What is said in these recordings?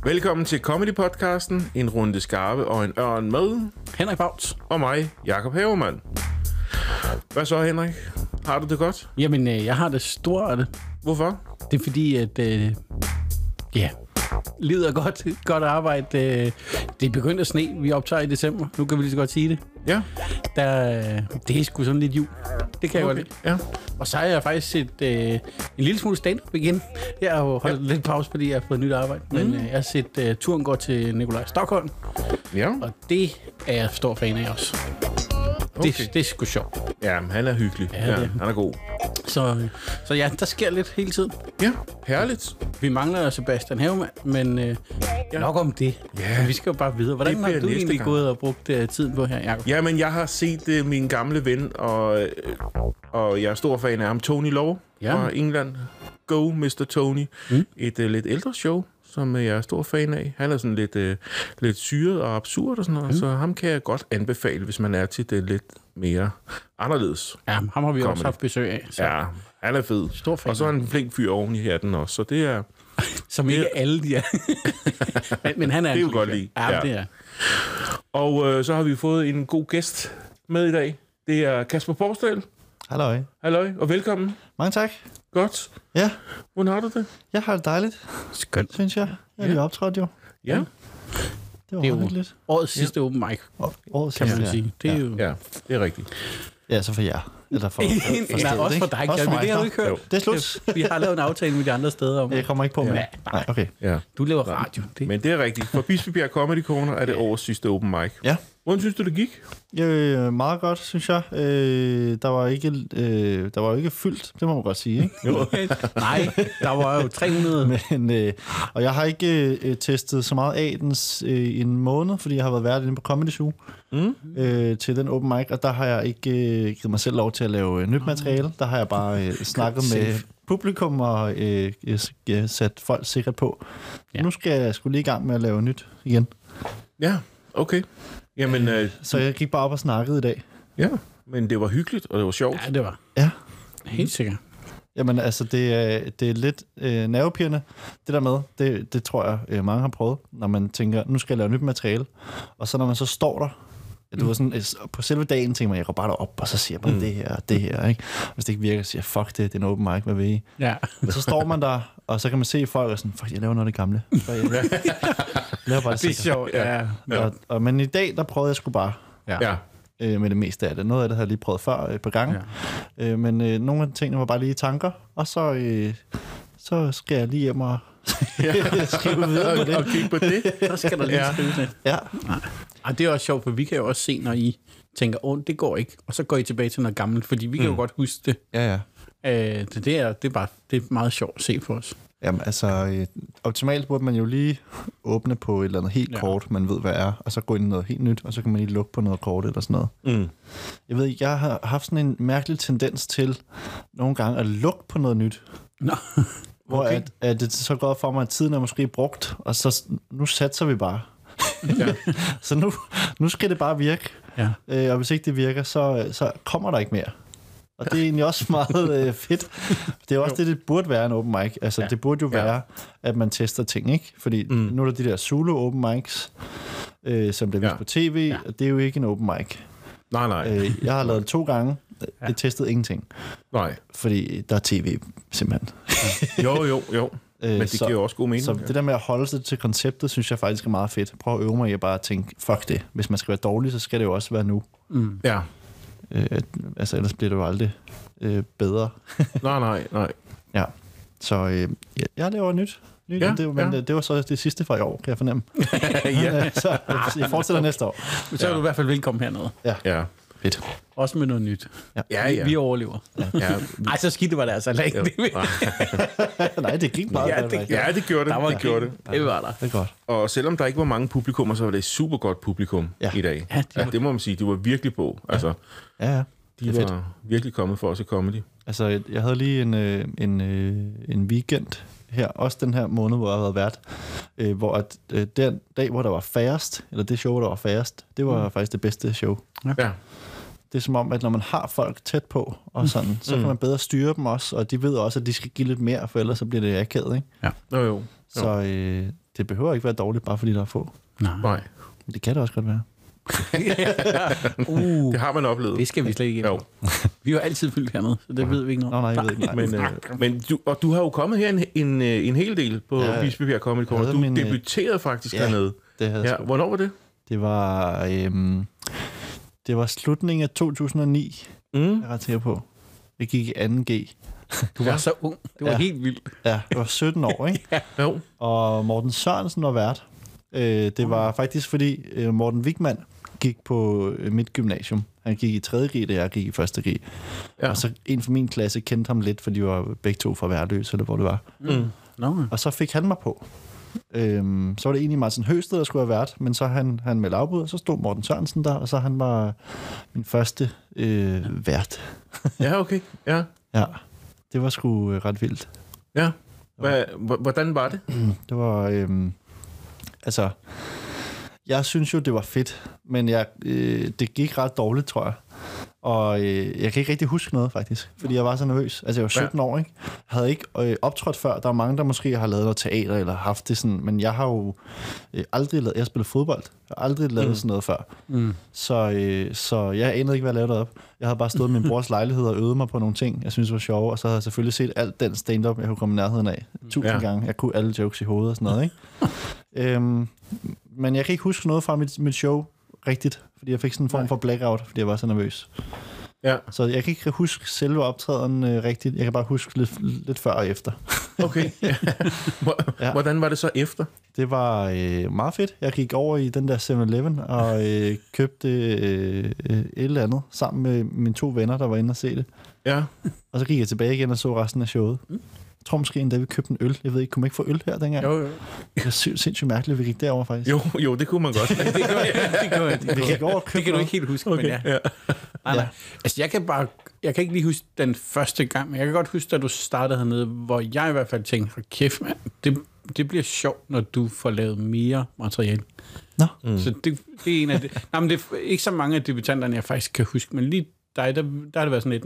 Velkommen til Comedy-podcasten, en runde skarpe og en ørn med Henrik Bauts. og mig, Jakob Havemann. Hvad så, Henrik? Har du det godt? Jamen, jeg har det stort. Hvorfor? Det er fordi, at livet er godt arbejde. Det er begyndt at sne. Vi optager i december. Nu kan vi lige så godt sige det. Ja. Det er sgu sådan lidt jul. Det kan jeg godt lide. Ja. Og så har jeg faktisk set en lille smule stand-up igen. Jeg har jo holdt lidt pause, fordi jeg har fået nyt arbejde. Men jeg har set turen går til Nikolaj Stockholm. Ja. Og det er jeg stor fan af også. Okay. Det er sgu sjovt. Ja, han er hyggelig. Ja, Ja, det. han er god. Så ja, der sker lidt hele tiden. Ja, herligt. Vi mangler Sebastian Havemann, men nok om det. Ja. Vi skal jo bare videre. Hvordan Det har bliver du næste egentlig gang. gået og brugt tiden på her, Jacob? Jamen, jeg har set min gamle ven, og jeg er stor fan af ham, Tony Law fra England. Go, Mr. Tony. Et lidt ældre show, som jeg er stor fan af. Han er sådan lidt syret og absurd og sådan noget, så ham kan jeg godt anbefale, hvis man er til det lidt mere anderledes. Ja, ham har vi Comedy. også haft besøg af. Så, Ja, han er fed. Stor fan. Og så er han en flink fyr oven i hatten også, så det er... som ikke alle de er. men han er Det er jo en godt fyr. lide. Ja, Ja. det er. Og så har vi fået en god gæst med i dag. Det er Kasper Porsdal. Halløj. Halløj, og velkommen. Mange tak. Godt. Ja, Hvordan har du det? jeg har det dejligt, Skønt. synes jeg. Jeg er lige optrådt jo. Ja. Det var Det er jo hyggeligt. årets sidste open mic, Årets kan man sidste, sige. Det er jo... Ja, det er rigtigt. Ja, så for jer. Eller for Nej, stedet, også for ikke? dig, Også for Kasper. mig. Det har du Nå, ikke hørt. Jo. Det er slut. Vi har lavet en aftale med de andre steder om. Jeg kommer ikke på med. Ja. Nej, okay. Ja. Du laver radio. Det. Men det er rigtigt. For Bispebjerg Comedy Corner er det årets sidste open mic. Ja. Hvordan synes du, det gik? Meget godt, synes jeg. Der var jo ikke fyldt, det må man godt sige, ikke? Nej, der var jo 300. Men, og jeg har ikke testet så meget af i en måned, fordi jeg har været vært inde på Comedy Zoo til den open mic, og der har jeg ikke givet mig selv lov til at lave nyt materiale. Der har jeg bare snakket med publikum og sat folk sikkert på. Ja. Nu skal jeg skulle lige i gang med at lave nyt igen. Ja, okay. Jamen, Så jeg gik bare op og snakkede i dag. ja. Men det var hyggeligt, og det var sjovt. Ja, det var. Ja. Helt sikkert. Jamen altså, det er lidt nervepirrende, det der med. Det tror jeg, mange har prøvet, når man tænker, nu skal jeg lave nyt materiale. Og så når man så står der, du var sådan, på selve dagen tænker man, jeg går bare derop, og så siger man det her, ikke? Hvis det ikke virker, så siger jeg, fuck det er en open mic, hvad ved I? Ja. Men så står man der, og så kan man se folk, og sådan, fuck, jeg laver noget af det gamle. Jeg laver bare det Det er sikkert. sjovt, ja. Men i dag, der prøvede jeg sgu bare Ja. med det meste af det. Noget af det har jeg lige prøvet før et par gange. Ja. Men nogle af tingene var bare lige i tanker, og så skal jeg lige hjem og skrive videre på det. Og kigge på det. Så skal der lige skrive det. Ja. Og det er også sjovt, for vi kan jo også se, når I tænker, det går ikke, og så går I tilbage til noget gammelt, fordi vi kan jo godt huske det. Ja. Det er meget sjovt at se for os. Jamen altså, optimalt burde man jo lige åbne på et eller andet helt kort, man ved, hvad er, og så gå ind i noget helt nyt, og så kan man lige lukke på noget kort eller sådan noget. Jeg ved ikke, jeg har haft sådan en mærkelig tendens til nogle gange at lukke på noget nyt. Nå. Hvor at det så går for mig, at tiden er måske brugt, og så nu satser vi bare. Ja. Så nu skal det bare virke. Ja. Og hvis ikke det virker, så kommer der ikke mere. Og det er egentlig også meget fedt. Det er også det burde være en open mic. Altså, det burde jo være, at man tester ting, ikke? Fordi nu er der de der Zulu open mics, som bliver vist på tv, og det er jo ikke en open mic. Nej. Jeg har lavet det 2 gange. Det testede ingenting. Nej. Fordi der er tv, simpelthen. Jo. Men det giver jo også god mening. Så det der med at holde sig til konceptet, synes jeg faktisk er meget fedt. Prøv at øve mig i at bare tænke, fuck det. Hvis man skal være dårlig, så skal det jo også være nu. Ja. Altså, ellers bliver det jo aldrig bedre. Nej. Ja. Så jeg laver nyt. Ja, Det var så det sidste fra i år, kan jeg fornemme. Ja. Så jeg fortsætter næste år. Så er du i hvert fald velkommen hernede. Ja. Fedt. Også med noget nyt. Ja. Vi overlever. Ja. Ej, så skidt var det altså ikke. Nej, det gik meget godt. Ja, det gjorde det. Der var Det gjorde det. Det var der. Det er godt. Og selvom der ikke var mange publikummer, så var det et super godt publikum i dag. Ja, Det må man sige. De var virkelig på. Altså, Ja. de var virkelig kommet for os i comedy. Altså, jeg havde lige en weekend her, også den her måned, hvor jeg har været vært, hvor at, den dag, hvor der var færrest, eller det show, der var færrest, det var faktisk det bedste show. Ja. Det er som om, at når man har folk tæt på, og sådan, så kan man bedre styre dem også, og de ved også, at de skal give lidt mere, for ellers så bliver det akavet, ikke? Ja. Jo. Så det behøver ikke være dårligt, bare fordi der er få. Nej. Men det kan det også godt være. Det har man oplevet. Det skal vi slet ikke igennem. Vi har jo altid fyldt hernede, så det ved vi ikke noget. Nej, jeg ved ikke. Men du har jo kommet her en hel del på Bispebjerg Comedy Corner. Du debuterede faktisk hernede. Det havde jeg. Hvornår var det? Det var slutningen af 2009, jeg er ret sikker på. Jeg gik i 2G. Du var så ung. Det var helt vildt. Ja, jeg var 17 år, ikke? Jo. Og Morten Sørensen var vært. Det var faktisk fordi Morten Wigman gik på mit gymnasium. Han gik i 3. G, da jeg gik i 1. G. Ja. Og så en fra min klasse kendte ham lidt, fordi de var begge to fra Værløs, eller hvor det var. Og så fik han mig på. Så var det egentlig Martin Høsted, der skulle have vært, men så han meldte afbud, og så stod Morten Sørensen der, og så han var min første vært. Ja, okay. Ja. Ja, det var sgu ret vildt. Ja. Hvordan var det? Det var... altså... Jeg synes jo, det var fedt, men det gik ret dårligt, tror jeg. Og jeg kan ikke rigtig huske noget, faktisk, fordi jeg var så nervøs. Altså, jeg var 17 år, ikke? Jeg havde ikke optrådt før. Der er mange, der måske har lavet noget teater, eller haft det sådan, men jeg har jo aldrig lavet... Jeg spiller fodbold. Jeg har aldrig lavet sådan noget før. Så jeg anede ikke, hvad jeg lavede op. Jeg havde bare stået i min brors lejlighed og øvet mig på nogle ting, jeg synes var sjove, og så havde jeg selvfølgelig set alt den stand-up, jeg kunne komme i nærheden af 1000 gange. Jeg kunne alle jokes i hovedet og sådan noget, ikke? Men jeg kan ikke huske noget fra mit show rigtigt, fordi jeg fik sådan en form for blackout, fordi jeg var så nervøs. Ja. Så jeg kan ikke huske selve optræden rigtigt. Jeg kan bare huske lidt før og efter. Okay. Hvordan var det så efter? Det var meget fedt. Jeg gik over i den der 7-Eleven og købte et eller andet sammen med mine 2 venner, der var inde og se det. Ja. Og så gik jeg tilbage igen og så resten af showet. Jeg tror måske endda, vi købte en øl. Jeg ved ikke, kunne man ikke få øl her dengang? Jo. Det er sindssygt mærkeligt, vi gik derover faktisk. Jo, det kunne man godt. Vi gik over og købte. Det kan du ikke helt huske, okay. Men ja. Nej. Altså, jeg kan ikke lige huske den første gang, men jeg kan godt huske, da du startede hernede, hvor jeg i hvert fald tænkte, hold kæft, mand, det bliver sjovt, når du får lavet mere materiale. Nå. Så det er en af det. Nej, men det er ikke så mange af debutanterne, jeg faktisk kan huske, men lige dig, der har det været sådan lidt,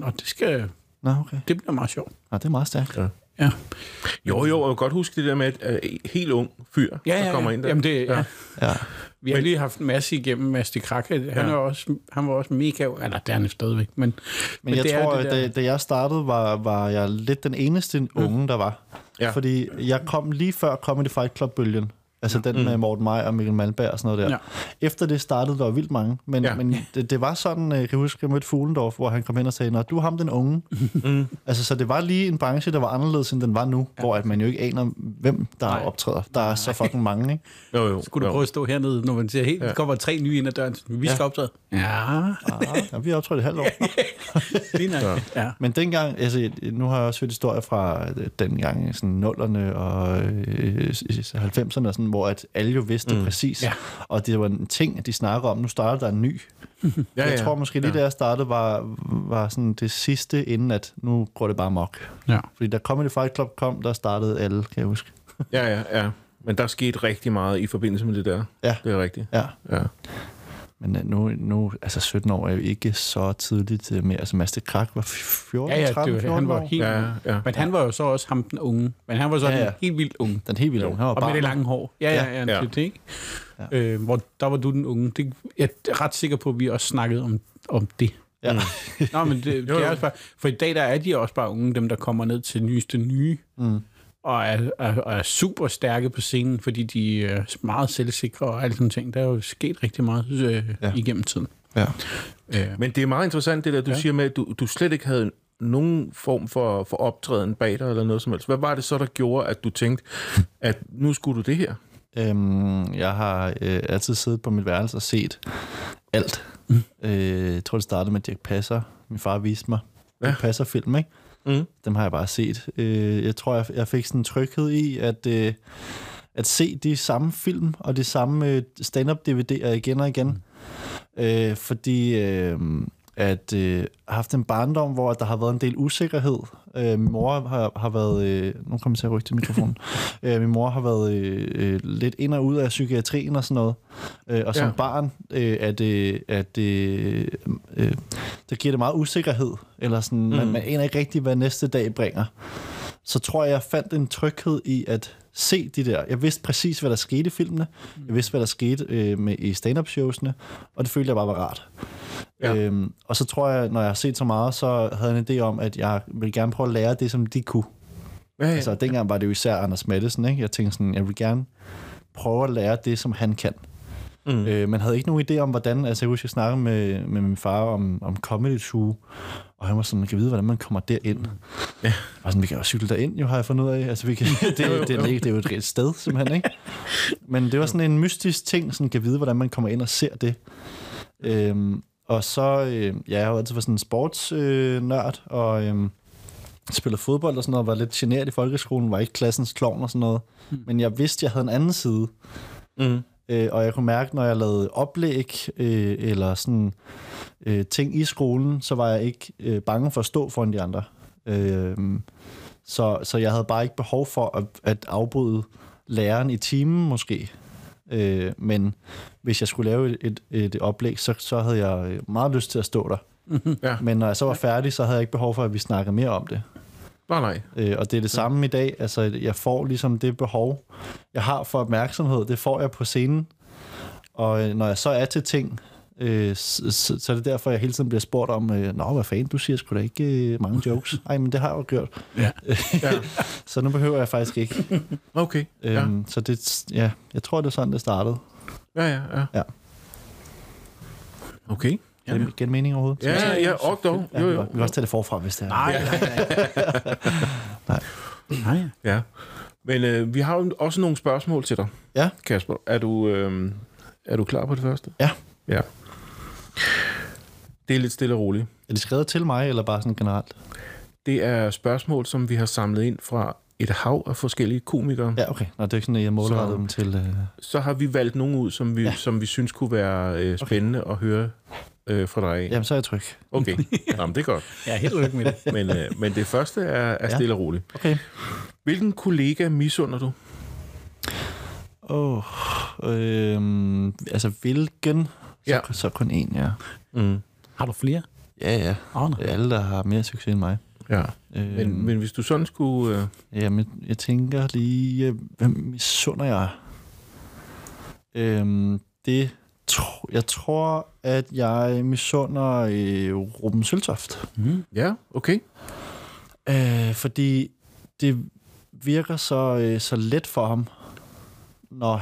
det bliver meget sjovt. Ja, det er meget stærkt. Ja. Jo, jeg kan godt huske det der med, at helt ung fyr, der kommer ind der. Jamen det, ja. Vi har lige haft en masse igennem Mads de Krakke. Han var også mega... Eller det er han stadigvæk. Men jeg tror, da jeg startede, var jeg lidt den eneste unge, der var. Ja. Fordi jeg kom lige før Comedy Fight Club-bølgen. Altså den med Morten Maj og Mikkel Malmberg og sådan noget der. Ja. Efter det startede der vildt mange. Men det var sådan, jeg kan huske, jeg mødte Fuglendorf, hvor han kom hen og sagde, du er ham den unge. Altså, så det var lige en branche, der var anderledes, end den var nu, hvor at man jo ikke aner, hvem der optræder. Der er så fucking mange, ikke? Jo. Skulle du prøve at stå hernede, når man siger, der kommer 3 nye ind ad døren, vi skal optræde. Ja, vi har optrædet et halvt år. Ja. Men dengang, altså, nu har jeg også hørt historier fra dengang, sådan 0'erne og 90'erne og sådan, hvor at alle jo vidste præcis. Og det var en ting, at de snakker om, nu starter der en ny. Jeg tror måske lige da jeg startede, var sådan det sidste, inden at nu går det bare mok. Ja. Fordi da Comedy Fight Club kom, der startede alle, kan jeg huske. Ja. Men der skete rigtig meget i forbindelse med det der. Ja. Det er rigtigt. Ja. Men nu, altså 17 år er jo ikke så tidligt mere. Altså Mads de Krak var 14, 13, 14 han var helt, men han var jo så også ham den unge. Men han var så den helt vildt unge. Den helt vildt unge. Og med det lange hår. Ja. Det, ikke? Hvor der var du den unge. Jeg er ret sikker på, at vi også snakkede om det. Ja. Nå, men det er også bare, for i dag der er de også bare unge, dem der kommer ned til nyeste nye. Og er super stærke på scenen, fordi de er meget selvsikre og alle sådan ting. Der er jo sket rigtig meget igennem tiden. Ja. Men det er meget interessant, det der, du siger med, at du slet ikke havde nogen form for optræden bag dig, eller noget som helst. Hvad var det så, der gjorde, at du tænkte, at nu skulle du det her? Jeg har altid siddet på mit værelse og set alt. Jeg tror, det startede med Dirch Passer. Min far viste mig Dirch Passer-film, ikke? Dem har jeg bare set. Jeg tror, jeg fik sådan en tryghed i, at se de samme film og de samme stand-up-DVD'er igen og igen. Fordi at har haft en barndom, hvor der har været en del usikkerhed. Min mor har været... nu kommer jeg til at rykke til mikrofonen. Min mor har været lidt ind og ud af psykiatrien og sådan noget. Og som barn der giver det meget usikkerhed. Eller sådan, man aner ikke rigtig, hvad næste dag bringer. så tror jeg fandt en tryghed i at se de der. Jeg vidste præcis, hvad der skete i filmene. Jeg vidste, hvad der skete i stand-up-showsene, og det følte jeg bare var rart. Ja. Og så tror jeg, når jeg har set så meget, så havde jeg en idé om, at jeg ville gerne prøve at lære det, som de kunne. Ja. Altså, dengang var det jo især Anders Matthesen, ikke? Jeg tænkte sådan, jeg vil gerne prøve at lære det, som han kan. Man havde ikke nogen idé om, hvordan... Altså, jeg husker, jeg snakkede med min far om Comedy Zoo, og han var sådan, man kan vide, hvordan man kommer derind. Ja. Og sådan, vi kan jo cykle derind, jo, har jeg fundet ud af. Altså, vi kan, det er jo et reelt sted, simpelthen, ikke? Men det var sådan en mystisk ting, sådan, kan vide, hvordan man kommer ind og ser det. Og så... jeg har jo altid været sådan en sportsnørd, og... spillede fodbold og sådan noget, var lidt generet i folkeskolen, var ikke klassens klovn og sådan noget. Men jeg vidste, jeg havde en anden side. Og jeg kunne mærke, når jeg lavede oplæg eller sådan ting i skolen, så var jeg ikke bange for at stå foran de andre. Så jeg havde bare ikke behov for at afbryde læreren i timen måske. Men hvis jeg skulle lave et oplæg, så havde jeg meget lyst til at stå der. Ja. Men når jeg så var færdig, så havde jeg ikke behov for, at vi snakkede mere om det. Nej. Og det er det samme i dag. Altså, jeg får ligesom det behov, jeg har for opmærksomhed, det får jeg på scenen. Og når jeg så er til ting, så er det derfor, jeg hele tiden bliver spurgt om, nå, hvad fanden, du siger sgu da ikke mange jokes. Ej, men det har jeg jo gjort. Ja. Så nu behøver jeg faktisk ikke. Okay. Så det, ja, jeg tror, det er sådan, det startede. Ja. Okay. Giver det mening overhovedet? Ja, og dog. Jo. Vi kan også tage det forfra, hvis det er. Nej. Ja. Men vi har jo også nogle spørgsmål til dig. Ja. Kasper, er du klar på det første? Ja. Det er lidt stille og roligt. Er det skrevet til mig, eller bare sådan generelt? Det er spørgsmål, som vi har samlet ind fra et hav af forskellige komikere. Ja, okay. Nå, det er ikke sådan, at jeg målrettede dem til... Så har vi valgt nogle ud, som vi synes kunne være spændende at høre fra dig. Jamen, så er jeg tryg. Okay, jamen, det er godt. Jeg er helt tryg med det. Men det første er stille og roligt. Okay. Hvilken kollega misunder du? Altså, hvilken? Så kun én, ja. Har du flere? Ja. Alle, der har mere succes end mig. Ja, men hvis du sådan skulle... Jamen, jeg tænker lige... Hvem misunder jeg? Jeg tror, at jeg misunder Ruben Søltoft. Ja, okay. Fordi det virker så let for ham, når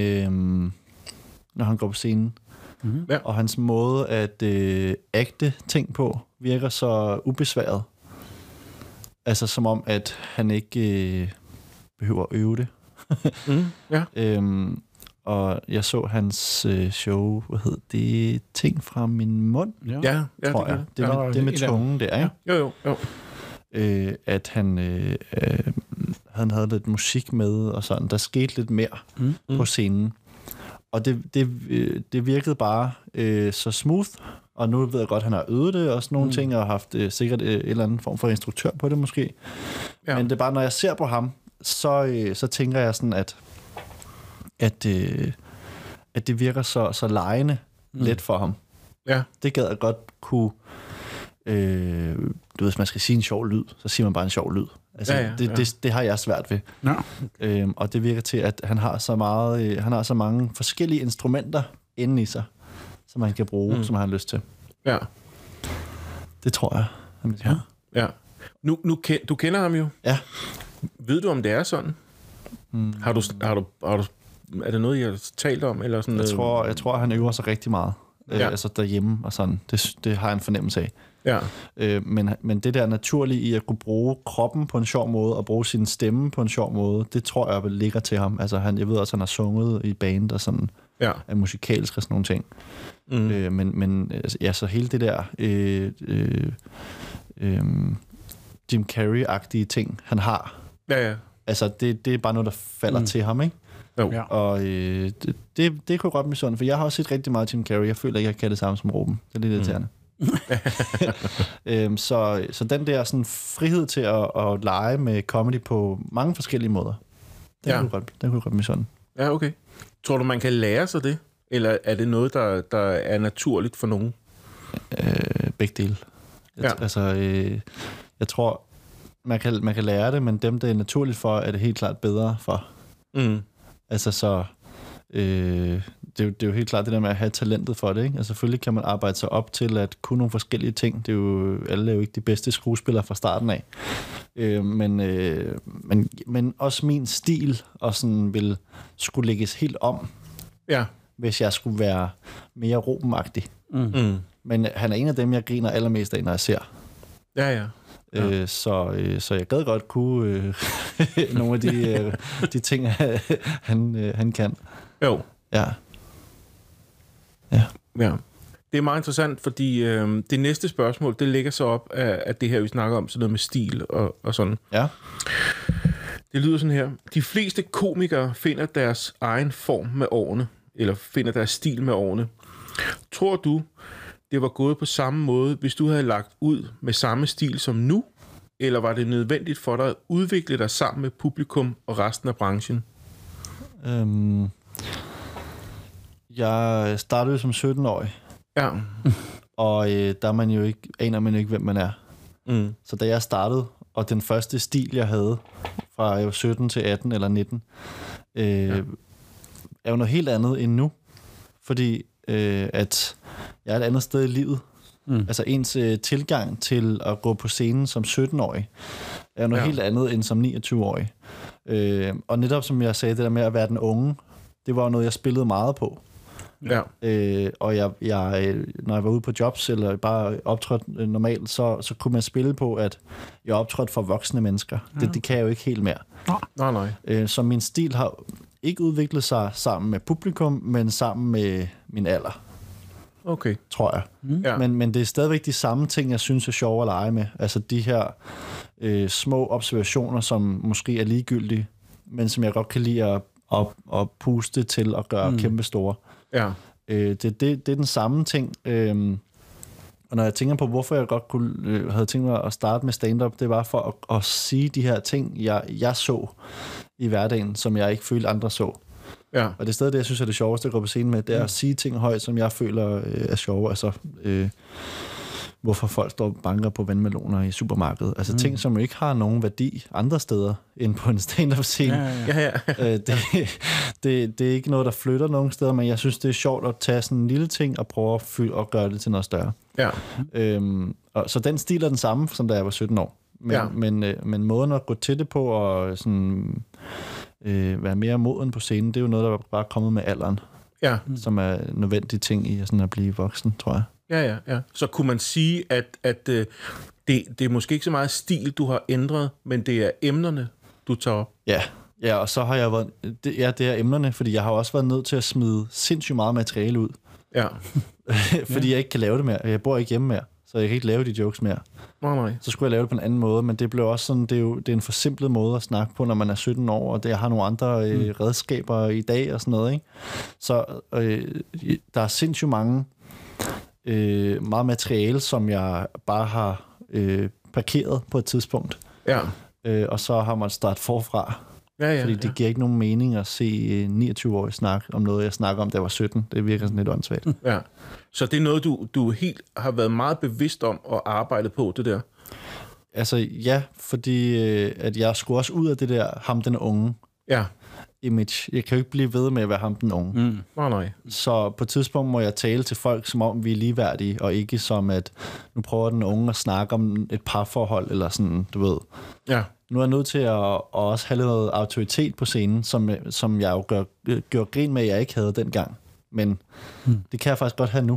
han går på scenen. Ja. Og hans måde at ægte ting på virker så ubesværet. Altså som om, at han ikke behøver at øve det. Ja. Og jeg så hans show, hvad hed det? Ting fra min mund? Ja, tror jeg. Det med tungen der, ikke? Jo. At han havde lidt musik med, og sådan. Der skete lidt mere på scenen. Og det virkede bare så smooth. Og nu ved jeg godt, at han har øvet det og sådan nogle ting, og har haft sikkert en eller anden form for instruktør på det måske. Ja. Men det er bare, når jeg ser på ham, så tænker jeg sådan, at det virker så legende let for ham. Ja. Det gad jeg godt kunne... du ved, hvis man skal sige en sjov lyd, så siger man bare en sjov lyd. Altså, det har jeg svært ved. Ja. Og det virker til, at han har så mange forskellige instrumenter inde i sig, som man kan bruge, som han har lyst til. Ja. Det tror jeg. Ja. Nu du kender ham jo. Ja. Ved du, om det er sådan? Har du er det noget, I har talt om? Eller sådan jeg tror, han øver sig rigtig meget. Altså derhjemme og sådan. Det har jeg en fornemmelse af. Ja. Men det der naturlige i at kunne bruge kroppen på en sjov måde, og bruge sin stemme på en sjov måde, det tror jeg ligger til ham. Altså jeg ved også, han har sunget i band og sådan, er musikalsk og sådan nogle ting. Men så hele det der Jim Carrey-agtige ting, han har. Ja. Altså det er bare noget, der falder til ham, ikke? Jo. Og det kunne jeg godt misunde, for jeg har også set rigtig meget Jim Carrey. Jeg føler ikke, jeg kan det samme som Ruben. Det er lidt irriterende. Så den der sådan frihed til at lege med comedy på mange forskellige måder, den kunne jeg godt misunde. Ja, okay. Tror du, man kan lære sig det? Eller er det noget, der er naturligt for nogen? Begge dele. Jeg tror, man kan lære det, men dem, det er naturligt for, er det helt klart bedre for. Altså så... Det er jo helt klart det der med at have talentet for det, ikke? Altså selvfølgelig kan man arbejde sig op til at kunne nogle forskellige ting. Det er jo, alle er jo ikke de bedste skuespillere fra starten af. Men også min stil og sådan vil skulle lægges helt om, hvis jeg skulle være mere Ruben-agtig. Men han er en af dem, jeg griner allermest af, når jeg ser. Ja. Så jeg gad godt kunne nogle af de ting, han kan. Jo. Ja. Det er meget interessant, fordi det næste spørgsmål, det ligger så op af det her, vi snakker om, sådan noget med stil og sådan. Ja. Det lyder sådan her. De fleste komikere finder deres egen form med årene, eller finder deres stil med årene. Tror du, det var gået på samme måde, hvis du havde lagt ud med samme stil som nu, eller var det nødvendigt for dig at udvikle dig sammen med publikum og resten af branchen? Jeg startede som 17-årig. Ja. Og der er man jo ikke, aner man jo ikke, hvem man er. Så da jeg startede, og den første stil, jeg havde, fra jeg var 17 til 18 eller 19, er jo noget helt andet end nu. Fordi at jeg er et andet sted i livet. Altså ens tilgang til at gå på scenen som 17-årig, er noget helt andet end som 29-årig. Og netop som jeg sagde, det der med at være den unge, det var noget, jeg spillede meget på. Ja. Og jeg, når jeg var ude på jobs, eller bare optrådte normalt, så kunne man spille på, at jeg optrådte for voksne mennesker. Det kan jeg jo ikke helt mere. Nej. Så min stil har ikke udviklet sig sammen med publikum, men sammen med min alder. Okay. Tror jeg. Ja. Men det er stadigvæk de samme ting, jeg synes er sjove at lege med. Altså de her små observationer, som måske er ligegyldige, men som jeg godt kan lide at puste til at gøre kæmpe store. Ja. Det er den samme ting. Og når jeg tænker på, hvorfor jeg godt havde tænkt mig at starte med stand-up, det var for at sige de her ting, jeg så i hverdagen, som jeg ikke følte andre så. Ja. Og det er stadig det, jeg synes er det sjoveste at gå på scenen med, det er at sige ting højt, som jeg føler er sjove. Altså, hvorfor folk står og banker på vandmeloner i supermarkedet. Altså ting, som ikke har nogen værdi andre steder end på en stand-up scene. Ja. Det er ikke noget, der flytter nogen steder, men jeg synes, det er sjovt at tage sådan en lille ting og prøve at gøre det til noget større. Ja. Så den stil er den samme, som da jeg var 17 år. Men måden at gå til det på og sådan, være mere moden på scenen, det er jo noget, der bare er kommet med alderen. Ja. Som er nødvendige ting i sådan at blive voksen, tror jeg. Ja. Så kunne man sige, at det er måske ikke så meget stil, du har ændret, men det er emnerne, du tager op. Ja, og så har jeg været... det er emnerne, fordi jeg har også været nødt til at smide sindssygt meget materiale ud. Ja. Fordi jeg ikke kan lave det mere. Jeg bor ikke hjemme mere, så jeg kan ikke lave de jokes mere. Nej. Så skulle jeg lave det på en anden måde, men det blev også sådan... Det er en for simplet måde at snakke på, når man er 17 år, og jeg har nogle andre redskaber i dag og sådan noget, ikke? Så der er sindssygt mange... meget materiale, som jeg bare har parkeret på et tidspunkt. Ja. Og så har man startet forfra. Fordi det giver ikke nogen mening at se 29-årige snakke om noget, jeg snakker om, da jeg var 17. Det virker sådan lidt åndssvagt. Ja. Så det er noget, du helt har været meget bevidst om at arbejde på, det der? Altså ja, fordi at jeg skulle også ud af det der ham den unge. Ja. Image. Jeg kan jo ikke blive ved med at være ham den unge. Nej. Så på et tidspunkt må jeg tale til folk, som om vi er ligeværdige, og ikke som at, nu prøver den unge at snakke om et parforhold, eller sådan, du ved. Ja. Nu er jeg nødt til at også have noget autoritet på scenen, som jeg jo gør grin med, at jeg ikke havde dengang. Men det kan jeg faktisk godt have nu.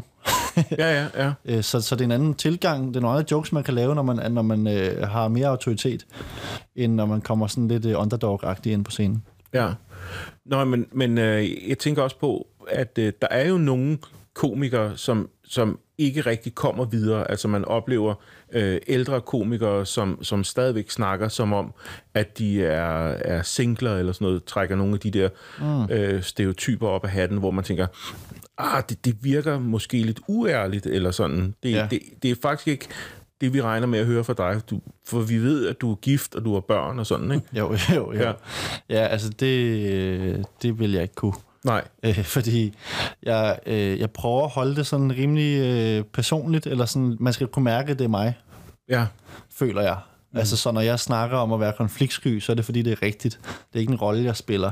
Ja. Så det er en anden tilgang. Det er nogle andre jokes, man kan lave, når man har mere autoritet, end når man kommer sådan lidt underdog-agtigt ind på scenen. Ja. Nå, men jeg tænker også på, at der er jo nogle komikere, som ikke rigtig kommer videre. Altså man oplever ældre komikere, som stadigvæk snakker som om, at de er singler eller sådan noget, trækker nogle af de der stereotyper op af hatten, hvor man tænker, det virker måske lidt uærligt eller sådan. Det er faktisk ikke det, vi regner med at høre fra dig. For vi ved, at du er gift, og du har børn og sådan, ikke? Jo. Ja, altså det vil jeg ikke kunne. Nej. Fordi jeg prøver at holde det sådan rimelig personligt, eller sådan, man skal kunne mærke, at det er mig. Ja. Føler jeg. Altså, så når jeg snakker om at være konfliktsky, så er det fordi, det er rigtigt. Det er ikke en rolle, jeg spiller.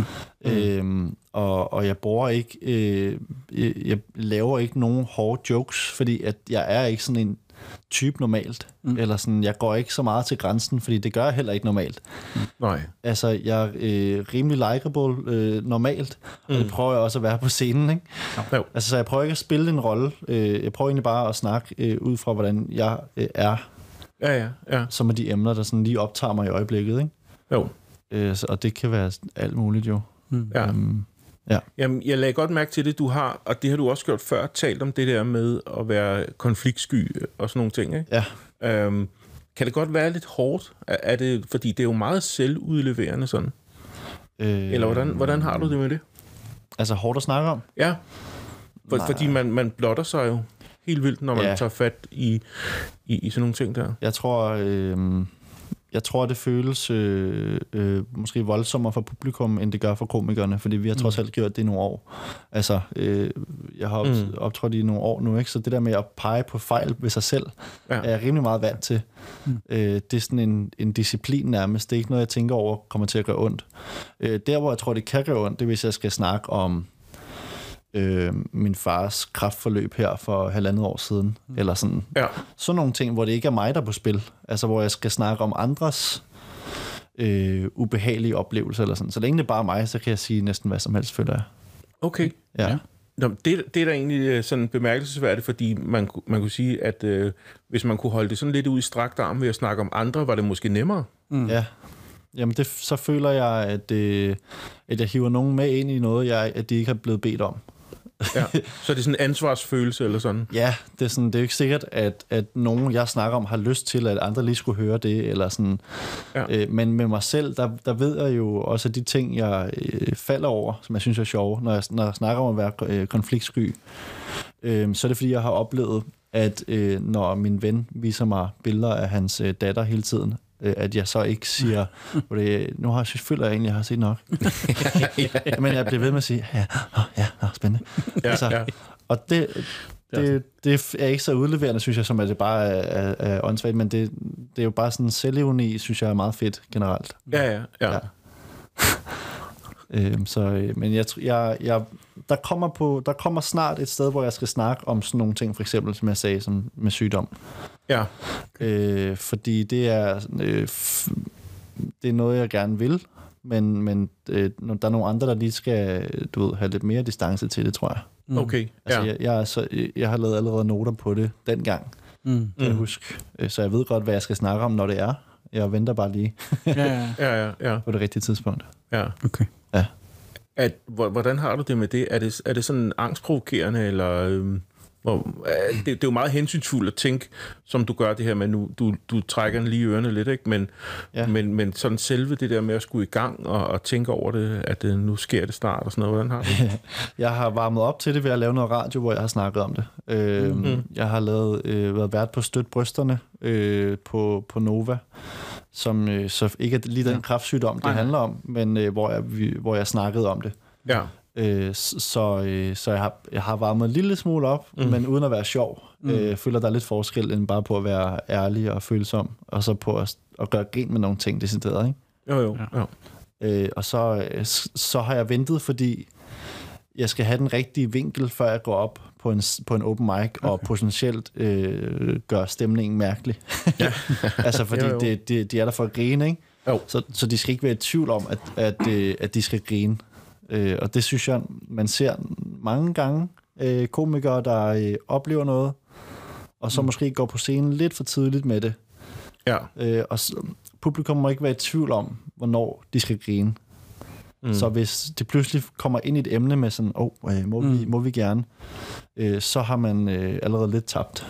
Og jeg bruger ikke... jeg laver ikke nogen hårde jokes, fordi at jeg er ikke sådan en type normalt. Eller sådan, jeg går ikke så meget til grænsen, fordi det gør jeg heller ikke normalt. Nej. Altså, jeg er rimelig likeable normalt, og det prøver jeg også at være på scenen, ikke? Ja. Altså, så jeg prøver ikke at spille en rolle. Jeg prøver egentlig bare at snakke ud fra, hvordan jeg er. Ja. Som er de emner, der sådan lige optager mig i øjeblikket, ikke? Jo. Og det kan være alt muligt, jo. Ja. Ja. Jamen, jeg lagde godt mærke til det, du har, og det har du også gjort før, talt om det der med at være konfliktsky og sådan nogle ting, ikke? Ja. Kan det godt være lidt hårdt? Er det, fordi det er jo meget selvudleverende sådan. Eller hvordan har du det med det? Altså hårdt at snakke om? Ja. Fordi man blotter sig jo helt vildt, når man tager fat i sådan nogle ting der. Jeg tror, det føles måske voldsommere for publikum, end det gør for komikerne, fordi vi har trods alt gjort det i nogle år. Altså, jeg har optrådt i nogle år nu, ikke? Så det der med at pege på fejl ved sig selv, er jeg rimelig meget vant til. Det er sådan en disciplin nærmest. Det er ikke noget, jeg tænker over kommer til at gøre ondt. Der, hvor jeg tror, det kan gøre ondt, det er, hvis jeg skal snakke om min fars kræftforløb her for 1,5 år siden, eller sådan. Ja. Sådan nogle ting, hvor det ikke er mig, der er på spil. Altså, hvor jeg skal snakke om andres ubehagelige oplevelser, eller sådan. Så længe det er bare mig, så kan jeg sige næsten hvad som helst, føler jeg. Okay. Ja. Nå, det er da egentlig sådan bemærkelsesværdigt, fordi man kunne sige, at hvis man kunne holde det sådan lidt ud i strakt arm ved at snakke om andre, var det måske nemmere. Ja. Jamen, så føler jeg, at jeg hiver nogen med ind i noget, at de ikke har blevet bedt om. Ja. Så er det sådan en ansvarsfølelse eller sådan? Ja, det er jo ikke sikkert, at nogen, jeg snakker om, har lyst til, at andre lige skulle høre det, eller sådan. Ja. Men med mig selv, der ved jeg jo også de ting, jeg falder over, som jeg synes er sjove, når jeg snakker om at være konfliktsky. Så er det, fordi jeg har oplevet, at når min ven viser mig billeder af hans datter hele tiden, at jeg så ikke siger, nu føler jeg egentlig, at jeg har set nok. Men jeg bliver ved med at sige, spændende. Altså, og det er ikke så udleverende, synes jeg, som at det bare er åndssvagt, men det er jo bare sådan selvironi, synes jeg er meget fedt generelt. Ja. Men der kommer snart et sted, hvor jeg skal snakke om sådan nogle ting, for eksempel, som jeg sagde, som med sygdom. Ja. Fordi det er noget, jeg gerne vil, men der er nogle andre, der lige skal, have lidt mere distance til det, tror jeg. Okay. Altså, jeg har lavet allerede noter på det dengang, kan jeg huske. Så jeg ved godt, hvad jeg skal snakke om, når det er. Jeg venter bare lige på det rigtige tidspunkt. Ja. Okay. Ja. Hvordan har du det med det? Er det sådan angstprovokerende, eller det er jo meget hensynsfuldt at tænke, som du gør det her med nu, du trækker den lige ørerne lidt, ikke? Men sådan selve det der med at skulle i gang og tænke over det, at nu sker det snart og sådan noget, hvordan har du det? Jeg har varmet op til det ved at lave noget radio, hvor jeg har snakket om det. Jeg har været vært på Støt Brysterne på Nova, som så ikke er lige den kræftsygdom, det handler om, men hvor jeg snakkede om det. Ja. Så jeg har varmet en lille smule op, men uden at være sjov. Føler der er lidt forskel end bare på at være ærlig og følsom, og så på at gøre grin med nogle ting decideret, ikke? Jo. Og så har jeg ventet, fordi jeg skal have den rigtige vinkel, før jeg går op på en open mic, og potentielt gør stemningen mærkelig. Ja. Altså, fordi de er der for at grine, ikke? Så de skal ikke være i tvivl om, at de skal grine. Og det synes jeg, man ser mange gange komikere, der oplever noget, og så måske går på scenen lidt for tidligt med det. Ja. Og publikum må ikke være i tvivl om, hvornår de skal grine. Så hvis det pludselig kommer ind i et emne med sådan, må vi gerne, så har man allerede lidt tabt.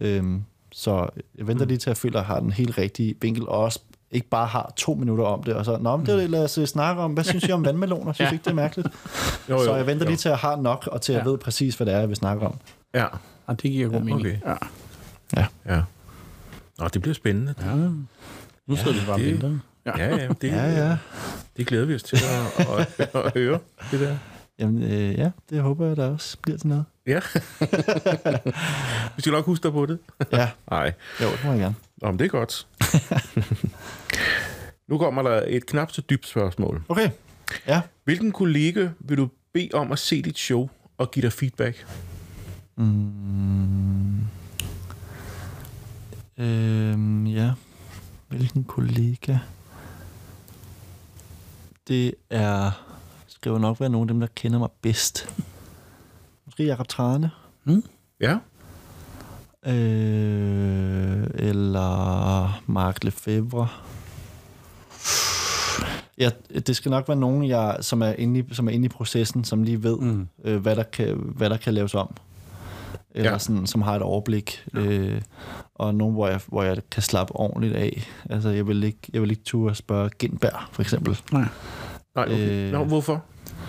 Så jeg venter lige til at føle, at jeg har den helt rigtige vinkel, og også ikke bare har 2 minutter om det, og så, lad os snakke om, hvad synes I om vandmeloner? Synes I ikke, det er mærkeligt? Jo, så jeg venter lige til at have nok, og til at ved præcis, hvad det er, jeg vil snakke om. Ja. Og det giver god mening. Okay. Ja. Nå, det bliver spændende. Ja. Nu sidder vi bare venter. Det glæder vi os til at høre, det der. Jamen, det håber jeg, der også bliver til noget. Ja. Vi skal nok huske dig på det. Ja. Nej. Jo, det må jeg gerne. Nå, men det er godt. Nu kommer der et knap så dybt spørgsmål. Okay, ja. Hvilken kollega vil du bede om at se dit show og give dig feedback? Ja. Hvilken kollega? Det skal jo nok være nogle af dem, der kender mig bedst. Måske Jakob Trane. Ja. Eller Mark Lefebvre. Ja, det skal nok være nogen, som er inde i processen, som lige ved, hvad der kan laves om. Eller sådan, som har et overblik. Og nogen, hvor jeg kan slappe ordentligt af. Altså, jeg vil ikke turde spørge Gintberg, for eksempel. Nej, okay. Hvorfor?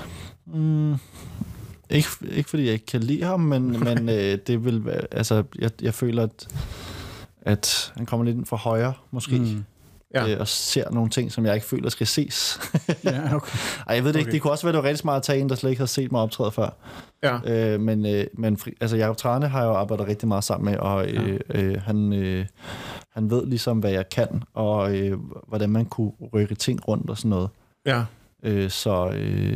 Ikke fordi jeg ikke kan lide ham, men det vil være, altså, jeg føler, at han kommer lidt ind for højre, måske. Og ser nogle ting, som jeg ikke føler skal ses. Ja, okay. Ej, jeg ved det ikke. Det kunne også være, det var rigtig smart at tage en, der slet ikke havde set mig optræde før. Ja. Men altså, Jakob Trane har jeg jo arbejdet rigtig meget sammen med, og han ved ligesom, hvad jeg kan, og hvordan man kunne rykke ting rundt og sådan noget. Ja. Så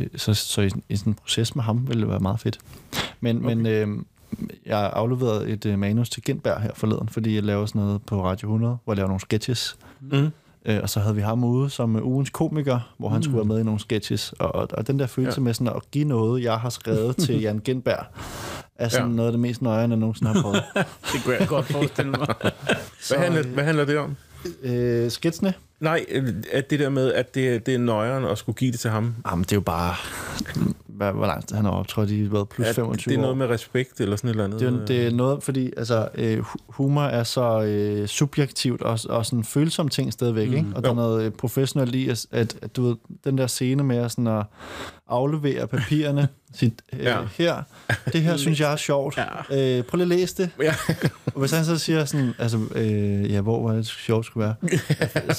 i sådan en proces med ham ville det være meget fedt. Men jeg afleverede et manus til Gintberg her forleden, fordi jeg laver sådan noget på Radio 100, hvor jeg laver nogle sketches. Og så havde vi ham ude som ugens komiker, hvor han skulle være med i nogle sketches. Og den der følelse med sådan at give noget, jeg har skrevet til Jan Gintberg, er sådan noget af det mest nøjere, jeg nogensinde har prøvet. Det kunne jeg godt forestille mig. Hvad handler det om? Sketsene? Nej, at det der med, at det er nøjeren at skulle give det til ham. Jamen, det er jo bare... Hvor langt han har optrådt i, plus 25 år. Det er noget med respekt eller sådan et eller andet? Det er noget, fordi altså, humor er så subjektivt og sådan følsom ting stadigvæk, ikke? Og der er noget professionelt i, at du ved, den der scene med sådan at aflevere papirerne, sige, her, det her synes jeg er sjovt. Prøv lige at læse det. Ja. Og hvis han så siger sådan, altså, hvor var det sjovt skulle være,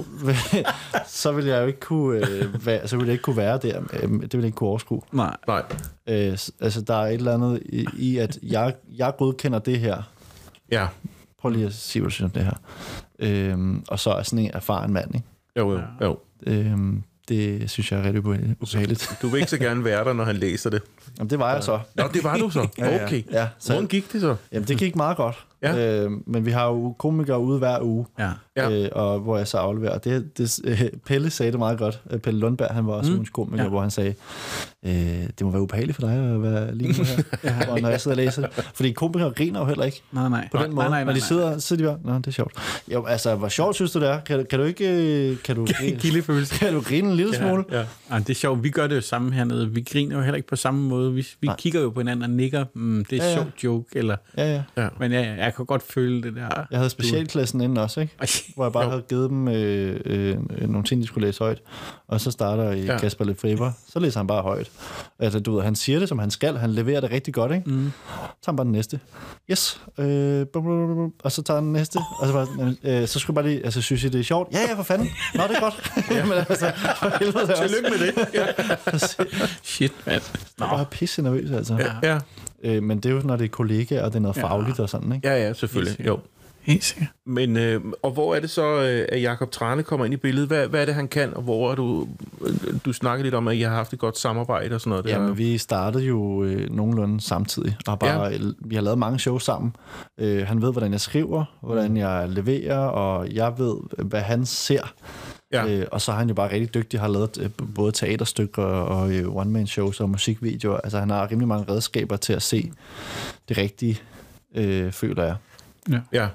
så vil jeg jo ikke kunne være der. Det vil jeg ikke kunne overskue. Nej. Altså, der er et eller andet i, at jeg godkender det her. Ja. Prøv lige at sige, hvad du synes om det her. Og så er sådan en erfaren mand, ikke? Jo. Det synes jeg er rigtig ubehageligt. Du vil ikke så gerne være der, når han læser det? Jamen, det var jeg så. Nå, det var du så? Okay. Ja, hvordan gik det så? Jamen, det gik meget godt. Ja. Men vi har jo komikere ude hver uge, og hvor jeg så afleverer. Pelle sagde det meget godt. Pelle Lundberg, han var også ugens komiker, hvor han sagde, det må være ubehageligt for dig at være lige nu her, når jeg sidder og læser det. Fordi komikere griner jo heller ikke på den måde. Når de sidder de bare, nå, det er sjovt. Jo, altså, hvor sjovt synes du det er? Kan du ikke... Kan du grine en lille smule? Ja. Det er sjovt. Vi gør det jo samme hernede. Vi griner jo heller ikke på samme måde. Vi kigger jo på hinanden og nikker. Det er sjovt joke, eller... Ja. Men jeg kan godt føle det der... Jeg havde specialklassen inden også, ikke? Hvor jeg bare havde givet dem nogle ting, de skulle læse højt. Og så starter Kasper Lefebvre. Så læser han bare højt. Altså, du ved, han siger det, som han skal. Han leverer det rigtig godt, ikke? Så tager han bare den næste. Yes. Og så tager han den næste. Og så skulle jeg bare lige... Altså, synes I, det er sjovt? Ja, for fanden. Nå, det er godt. Men altså, for helvede også. Tillykke med det. Shit, mand. Det er bare pisse nervøs, altså. Ja. Men det er jo, når det er kollegaer, og det er noget fagligt og sådan, ikke? Ja, selvfølgelig. Jo. Helt sikkert. Men, og hvor er det så, at Jakob Trane kommer ind i billedet? Hvad er det, han kan, og hvor er du snakker lidt om, at I har haft et godt samarbejde og sådan noget? Jamen, vi startede jo nogenlunde samtidig, og vi har lavet mange shows sammen. Han ved, hvordan jeg skriver, hvordan jeg leverer, og jeg ved, hvad han ser. Ja. Og så er han jo bare rigtig dygtig, har lavet både teaterstykker og one-man-shows og musikvideoer. Altså, han har rimelig mange redskaber til at se det rigtige, føler jeg. Ja.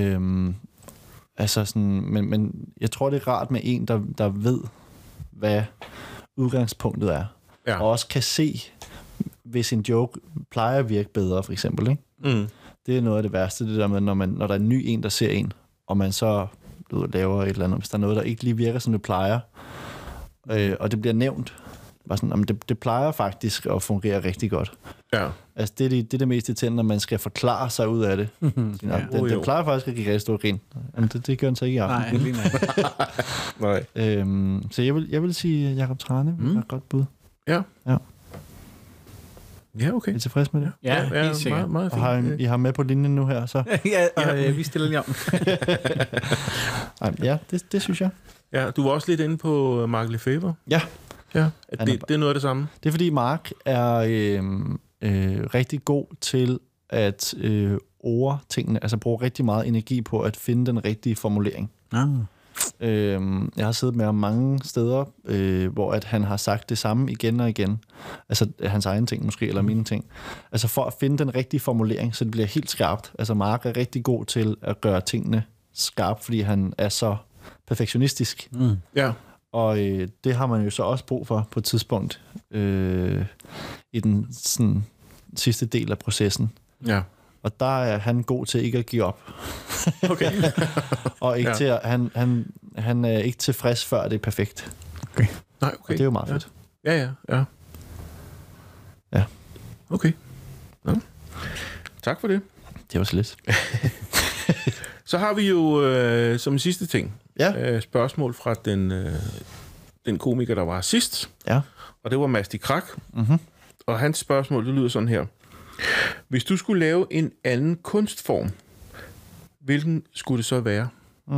Altså sådan, men jeg tror, det er rart med en, der ved, hvad udgangspunktet er. Ja. Og også kan se, hvis en joke plejer at virke bedre, for eksempel. Ikke? Det er noget af det værste, det der med, når der er en ny en, der ser en, og man så laver et eller andet, hvis der er noget, der ikke lige virker, som det plejer, og det bliver nævnt, bare sådan, det plejer faktisk at fungere rigtig godt. Ja. Altså, det er det mest irriterende, når man skal forklare sig ud af det. Den plejer faktisk at give rigtig stor grin. Men det gør den så ikke i aften. Nej. Så jeg vil sige, Jakob Trane er et godt bud. Ja. Ja, okay. Er I tilfreds med det? Ja, helt sikkert. Meget fint. Og I har med på linjen nu her, så? Vi stiller lige om. Ja, det synes jeg. Ja, du var også lidt inde på Mark Lefebvre. Ja. Ja, det er noget af det samme. Det er fordi Mark er rigtig god til at ord tingene, altså bruge rigtig meget energi på at finde den rigtige formulering. Jeg har siddet med ham mange steder, hvor at han har sagt det samme igen og igen. Altså hans egen ting måske, eller mine ting. Altså for at finde den rigtige formulering, så det bliver helt skarpt. Altså Mark er rigtig god til at gøre tingene skarpt, fordi han er så perfektionistisk. Ja. Og det har man jo så også brug for på et tidspunkt i den sådan, sidste del af processen. Ja. Og der er han god til ikke at give op. Okay. Og ikke til at, han er ikke tilfreds, før det er perfekt. Okay. Nej, okay. Og det er jo meget fedt. Ja. Ja. Okay. Nå. Tak for det. Det var så lidt. Så har vi jo som sidste ting spørgsmål fra den komiker, der var sidst. Ja. Og det var Masti Krak. Mm-hmm. Og hans spørgsmål, det lyder sådan her. Hvis du skulle lave en anden kunstform, hvilken skulle det så være?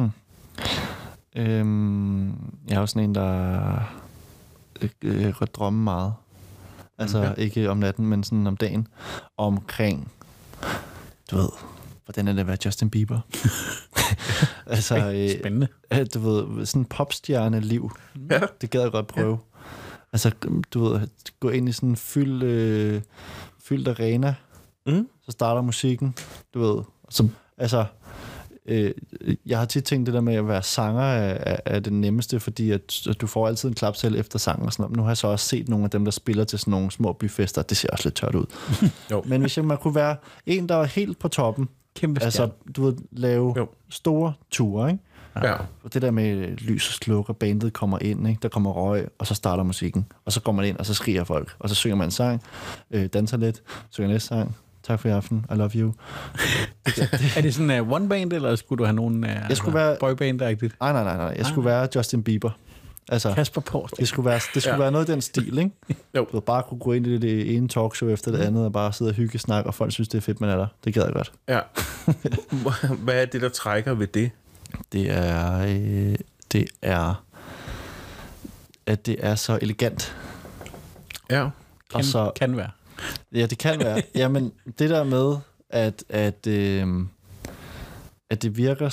Jeg er jo sådan en, der drømmer meget. Altså ikke om natten, men sådan om dagen. Omkring, du ved, hvordan er det at være Justin Bieber? Altså, spændende. Du ved, sådan en popstjerne-liv. Ja. Det gad jeg godt prøve. Ja. Altså, du ved, gå ind i sådan en fyldt arena. Så starter musikken, du ved. Så, altså, jeg har tit tænkt det der med at være sanger er det nemmeste, fordi at du får altid en klap selv efter sangen og sådan noget. Nu har jeg så også set nogle af dem, der spiller til sådan nogle små byfester. Det ser også lidt tørt ud. Men hvis man kunne være en, der var helt på toppen, kæmpe altså, du ved, lave store ture, ikke? Ja. Og det der med lys og slukker, bandet kommer ind, ikke? Der kommer røg, og så starter musikken. Og så går man ind, og så skriger folk. Og så synger man en sang, danser lidt, synger næste sang. Tak for i aften, I love you. Er det sådan en one band, eller skulle du have nogen boyband-agtigt? Nej. Jeg skulle være Justin Bieber. Altså, Kasper Port. Det skulle være noget af den stil, ikke? Jo. Du bare kunne gå ind i det ene talkshow efter det andet, og bare sidde og hygge snak, og folk synes, det er fedt, man er der. Det gad jeg godt. Ja. Hvad er det, der trækker ved det? Det er at det er så elegant. Ja. Kan være. Ja, det kan være. Jamen, det der med, at det virker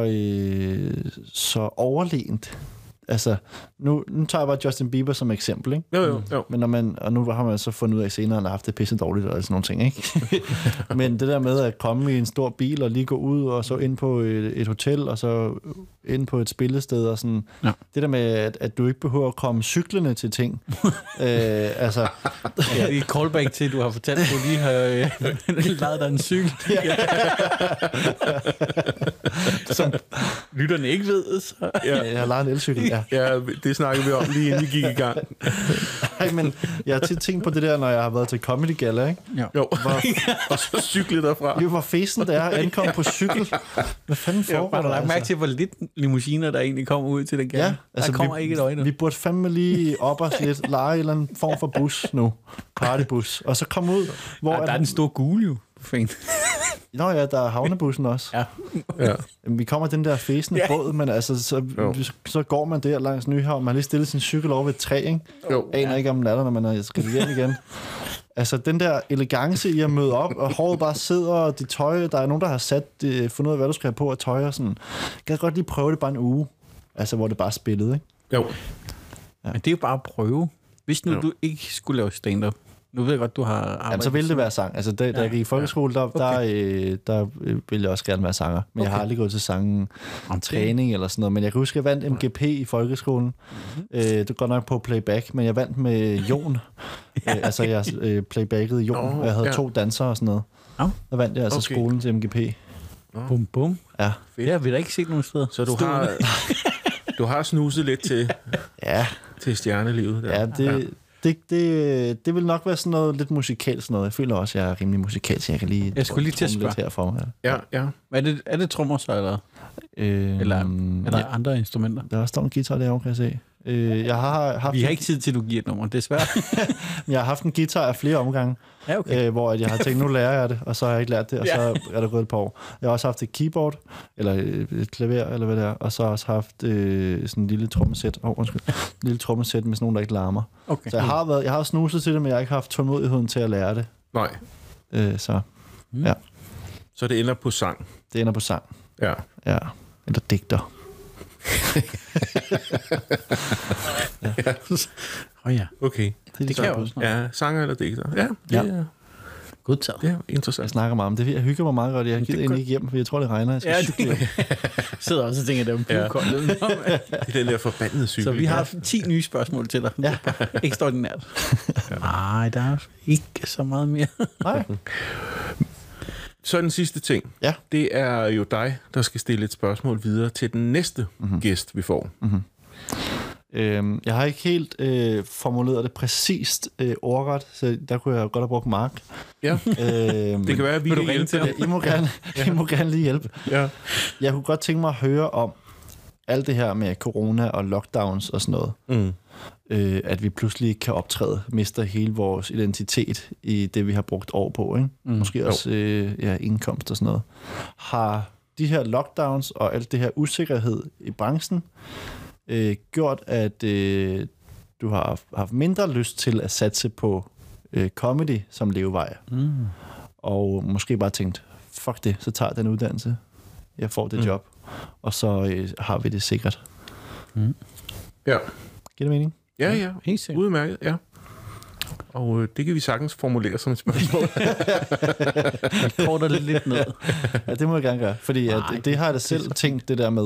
så overlegent. Altså, nu tager jeg bare Justin Bieber som eksempel, ikke? Jo. Men nu har man så fundet ud af senere, at han har haft det pisse dårligt og sådan nogle ting, ikke? Men det der med at komme i en stor bil og lige gå ud og så ind på et hotel og så ind på et spillested og sådan. Ja. Det der med, at du ikke behøver at komme cyklerne til ting. Altså. Ja, det er et callback til, at du har fortalt, at du lige har lejet dig en cykel. Ja. Som lytterne ikke ved. Så. Ja, jeg har lejet en elcykel, ja. Ja, det snakkede vi om lige inden vi gik i gang. Nej, men jeg har tit tænkt på det der, når jeg har været til Comedy Gala, ikke? Ja. Jo, og så cykle derfra. Jo, hvor fesen det er at ankomme på cykel. Hvad fanden foregår der? Har du lagt mærke til, hvor lidt limousiner, der egentlig kommer ud til den gala? Ja, altså der kommer ikke et øje. Vi burde fandme lige op os lidt, lege en eller anden form for bus nu. Partybus. Og så komme ud, hvor... Ja, der er den store gule jo. Fint. Nå ja, der er havnebussen også. Ja. Vi kommer den der fæsende båd, men altså, så går man der langs Nyhavn. Man har lige stillet sin cykel over ved et træ, ikke? Jo. Aner ikke, om den er der, når man er skridt hjem igen. Altså, den der elegance i at møde op, og håret bare sidder, og de tøj, der er nogen, der har fundet ud af, hvad du skal have på, og tøj og sådan. Kan jeg godt lige prøve det bare en uge, altså, hvor det bare er spillet, ikke? Jo. Ja. Men det er jo bare at prøve. Hvis nu du ikke skulle lave stand-up, nu ved jeg godt, du har arbejdet... Jamen, så ville det være sang. Altså, da jeg gik i folkeskole, der ville jeg også gerne være sanger. Men jeg har aldrig gået til træning eller sådan noget. Men jeg kan huske, at jeg vandt MGP i folkeskolen. Det går nok på playback, men jeg vandt med Jon. Altså, jeg playbackede Jon, og jeg havde 2 dansere og sådan noget. Der vandt jeg altså skolen til MGP. Bum, bum. Ja. Det har vi da ikke set nogen steder. Så du har snuset lidt til stjernelivet. Der. Ja, det vil nok være sådan noget lidt musikalsk noget. Jeg føler også, at jeg er rimelig musikalsk. Jeg kan lige... Jeg skulle lige til at spørge. Her for mig. Ja. Er det trommer så, eller? Eller er der andre instrumenter? Der står en guitar derovre, kan jeg se. Jeg har haft Vi har ikke tid til, at du giver et nummer, desværre. Jeg har haft en guitar af flere omgange, ja, okay. hvor jeg har tænkt, nu lærer jeg det, og så har jeg ikke lært det, og så er der gået et par år. Jeg har også haft et keyboard, eller et klaver, eller hvad det er, og så har jeg også haft sådan en lille trommesæt. En lille trommesæt med sådan nogle, der ikke larmer. Okay. Så jeg har snuset til det, men jeg har ikke haft tålmodigheden til at lære det. Nej. Så det ender på sang? Det ender på sang. Ja. Ja. Eller digter. ja. Okay. Det kan jeg også. Ja, sanger eller digter. Ja, det er godtaget. Det er interessant. Jeg snakker meget om det. Jeg hygger mig meget godt. Jeg gider egentlig ikke hjem, for jeg tror, det regner. Jeg skal cykle. Sidder også og tænker, det er en pivkoldt. Det er den der forbandede cykel. Så vi har 10 nye spørgsmål til dig. Ja. Ekstraordinært. Nej, der er ikke så meget mere. Nej. Så den sidste ting. Ja. Det er jo dig, der skal stille et spørgsmål videre til den næste gæst, vi får. Jeg har ikke helt formuleret det præcist ordret, så der kunne jeg godt have brugt Mark. Ja, det kan være, at vi kan hjælpe til. I må gerne lige hjælpe. Ja. Jeg kunne godt tænke mig at høre om alt det her med corona og lockdowns og sådan noget. At vi pludselig kan optræde, mister hele vores identitet i det, vi har brugt år på. Ikke? Måske også indkomst og sådan noget. Har de her lockdowns og alt det her usikkerhed i branchen gjort, at du har haft mindre lyst til at satse på comedy som levevej? Og måske bare tænkt, fuck det, så tager jeg den uddannelse. Jeg får det job, og så har vi det sikkert. Ja. Giver det mening? Ja. Helt sikkert. Udmærket, ja. Og det kan vi sagtens formulere som et spørgsmål. Vi korter det lidt ned. Ja, det må jeg gerne gøre. Fordi det har jeg da selv tænkt, det der med,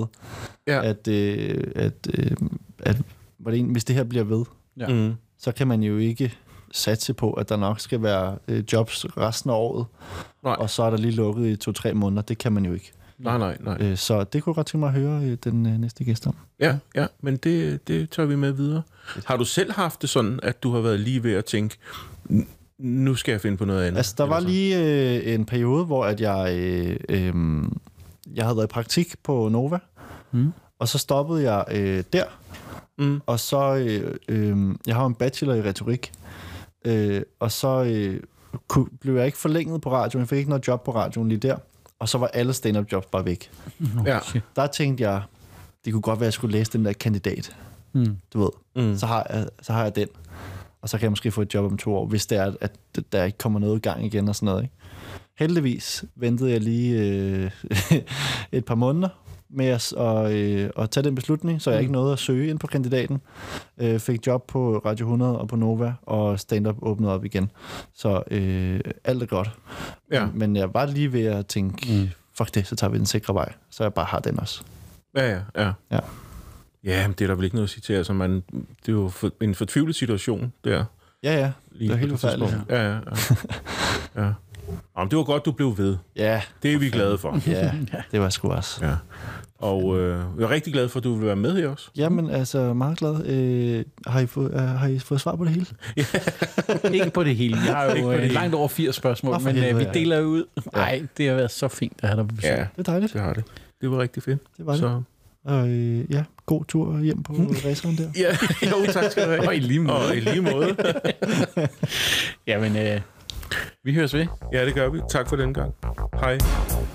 at hvis det her bliver ved, så kan man jo ikke satse på, at der nok skal være jobs resten af året. Nej. Og så er der lige lukket i 2-3 måneder. Det kan man jo ikke. Nej. Så det kunne jeg godt tænke mig at høre den næste gæst om. Ja, men det tør vi med videre. Har du selv haft det sådan, at du har været lige ved at tænke, nu skal jeg finde på noget andet? Altså, der var lige en periode, hvor at jeg havde været i praktik på Nova, og så stoppede jeg der, og så, jeg har en bachelor i retorik, og så blev jeg ikke forlænget på radioen, jeg fik ikke noget job på radioen lige der, og så var alle stand-up jobs bare væk. Ja. Der tænkte jeg, det kunne godt være, at jeg skulle læse den der kandidat. Du ved, så har jeg den. Og så kan jeg måske få et job om 2 år, hvis det er, at der ikke kommer noget i gang igen og sådan noget. Ikke? Heldigvis ventede jeg lige et par måneder med at tage den beslutning, så jeg ikke nåede at søge ind på kandidaten. Fik job på Radio 100 og på Nova, og stand-up åbnede op igen. Så alt er godt. Ja. Men jeg var lige ved at tænke, fuck det, så tager vi den sikre vej. Så jeg bare har den også. Ja. Ja, men det er der vel ikke noget at sige til. Altså, det er jo en fortvivlet situation der. Ja. Det er helt forfærdeligt. Ja. Jamen, det var godt, du blev ved. Ja. Det er vi glade for. Ja, det var sgu også. Ja. Og jeg er rigtig glad for, at du vil være med her også. Jamen, altså, meget glad. Har I fået svar på det hele? Ikke på det hele. Jeg har jo langt over 80 spørgsmål, men vi deler jo ud. Nej, det har været så fint at have dig på besøg. Ja, det er dejligt. Det har det. Det var rigtig fedt. Det var det. Så. Og god tur hjem på raceren der. Ja, jo, tak skal du have. Og i lige måde. Jamen, vi høres ved. Ja, det gør vi. Tak for den gang. Hej.